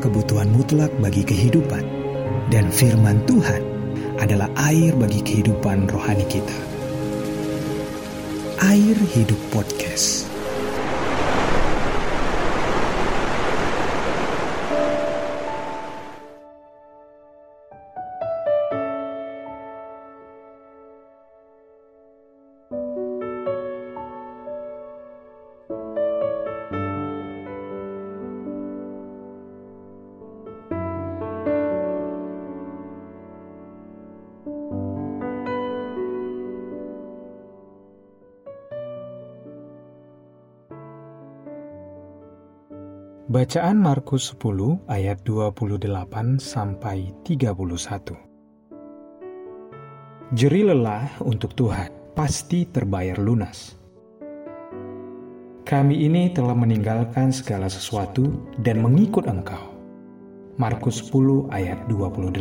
kebutuhan mutlak bagi kehidupan, dan firman Tuhan adalah air bagi kehidupan rohani kita. Air Hidup Podcast. Bacaan Markus 10 ayat 28 sampai 31. Jerih lelah untuk Tuhan, pasti terbayar lunas. Kami ini telah meninggalkan segala sesuatu dan mengikut Engkau. Markus 10 ayat 28.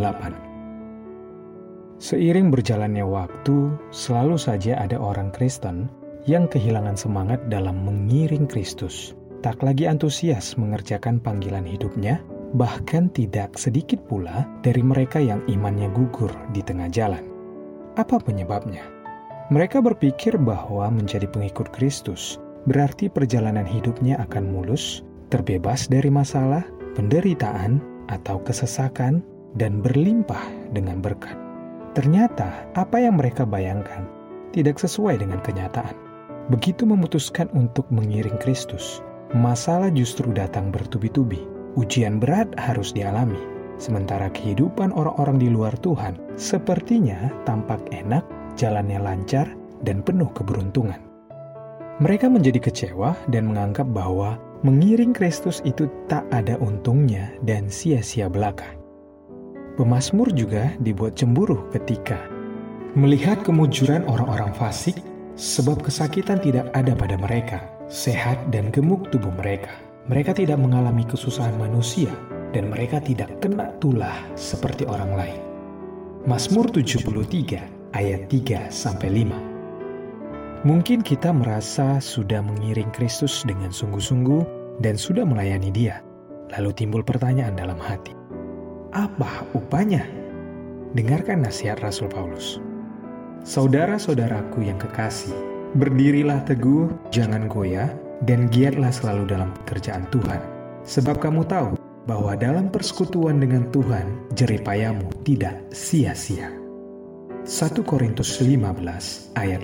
Seiring berjalannya waktu, selalu saja ada orang Kristen yang kehilangan semangat dalam mengiring Kristus. Tak lagi antusias mengerjakan panggilan hidupnya, bahkan tidak sedikit pula dari mereka yang imannya gugur di tengah jalan. Apa penyebabnya? Mereka berpikir bahwa menjadi pengikut Kristus berarti perjalanan hidupnya akan mulus, terbebas dari masalah, penderitaan, atau kesesakan, dan berlimpah dengan berkat. Ternyata apa yang mereka bayangkan tidak sesuai dengan kenyataan. Begitu memutuskan untuk mengiring Kristus, masalah justru datang bertubi-tubi. Ujian berat harus dialami. Sementara kehidupan orang-orang di luar Tuhan sepertinya tampak enak, jalannya lancar, dan penuh keberuntungan. Mereka menjadi kecewa dan menganggap bahwa mengiring Kristus itu tak ada untungnya dan sia-sia belaka. Pemazmur juga dibuat cemburu ketika melihat kemujuran orang-orang fasik, sebab kesakitan tidak ada pada mereka, sehat dan gemuk tubuh mereka. Mereka tidak mengalami kesusahan manusia, dan mereka tidak kena tulah seperti orang lain. Mazmur 73 ayat 3-5. Mungkin kita merasa sudah mengiring Kristus dengan sungguh-sungguh dan sudah melayani Dia. Lalu timbul pertanyaan dalam hati, apa upahnya? Dengarkan nasihat Rasul Paulus. Saudara-saudaraku yang kekasih, berdirilah teguh, jangan goyah, dan giatlah selalu dalam pekerjaan Tuhan. Sebab kamu tahu bahwa dalam persekutuan dengan Tuhan, jerih payahmu tidak sia-sia. 1 Korintus 15 ayat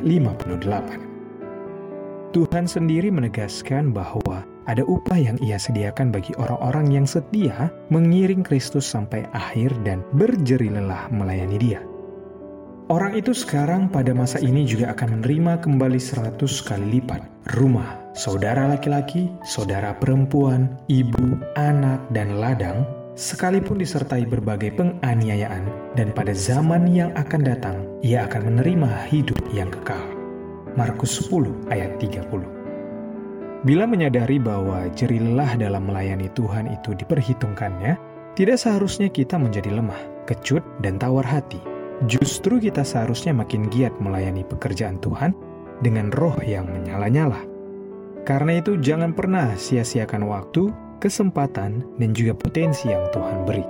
58. Tuhan sendiri menegaskan bahwa ada upah yang Ia sediakan bagi orang-orang yang setia mengiring Kristus sampai akhir dan berjerih lelah melayani Dia. Orang itu sekarang pada masa ini juga akan menerima kembali 100 kali lipat rumah, saudara laki-laki, saudara perempuan, ibu, anak, dan ladang, sekalipun disertai berbagai penganiayaan, dan pada zaman yang akan datang, ia akan menerima hidup yang kekal. Markus 10 ayat 30. Bila menyadari bahwa jerih lelah dalam melayani Tuhan itu diperhitungkannya, tidak seharusnya kita menjadi lemah, kecut, dan tawar hati. Justru kita seharusnya makin giat melayani pekerjaan Tuhan dengan roh yang menyala-nyala. Karena itu jangan pernah sia-siakan waktu, kesempatan, dan juga potensi yang Tuhan beri.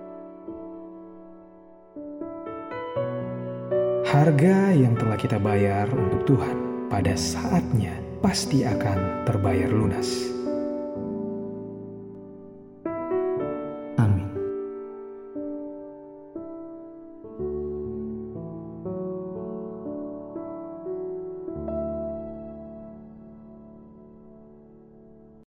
Harga yang telah kita bayar untuk Tuhan pada saatnya pasti akan terbayar lunas.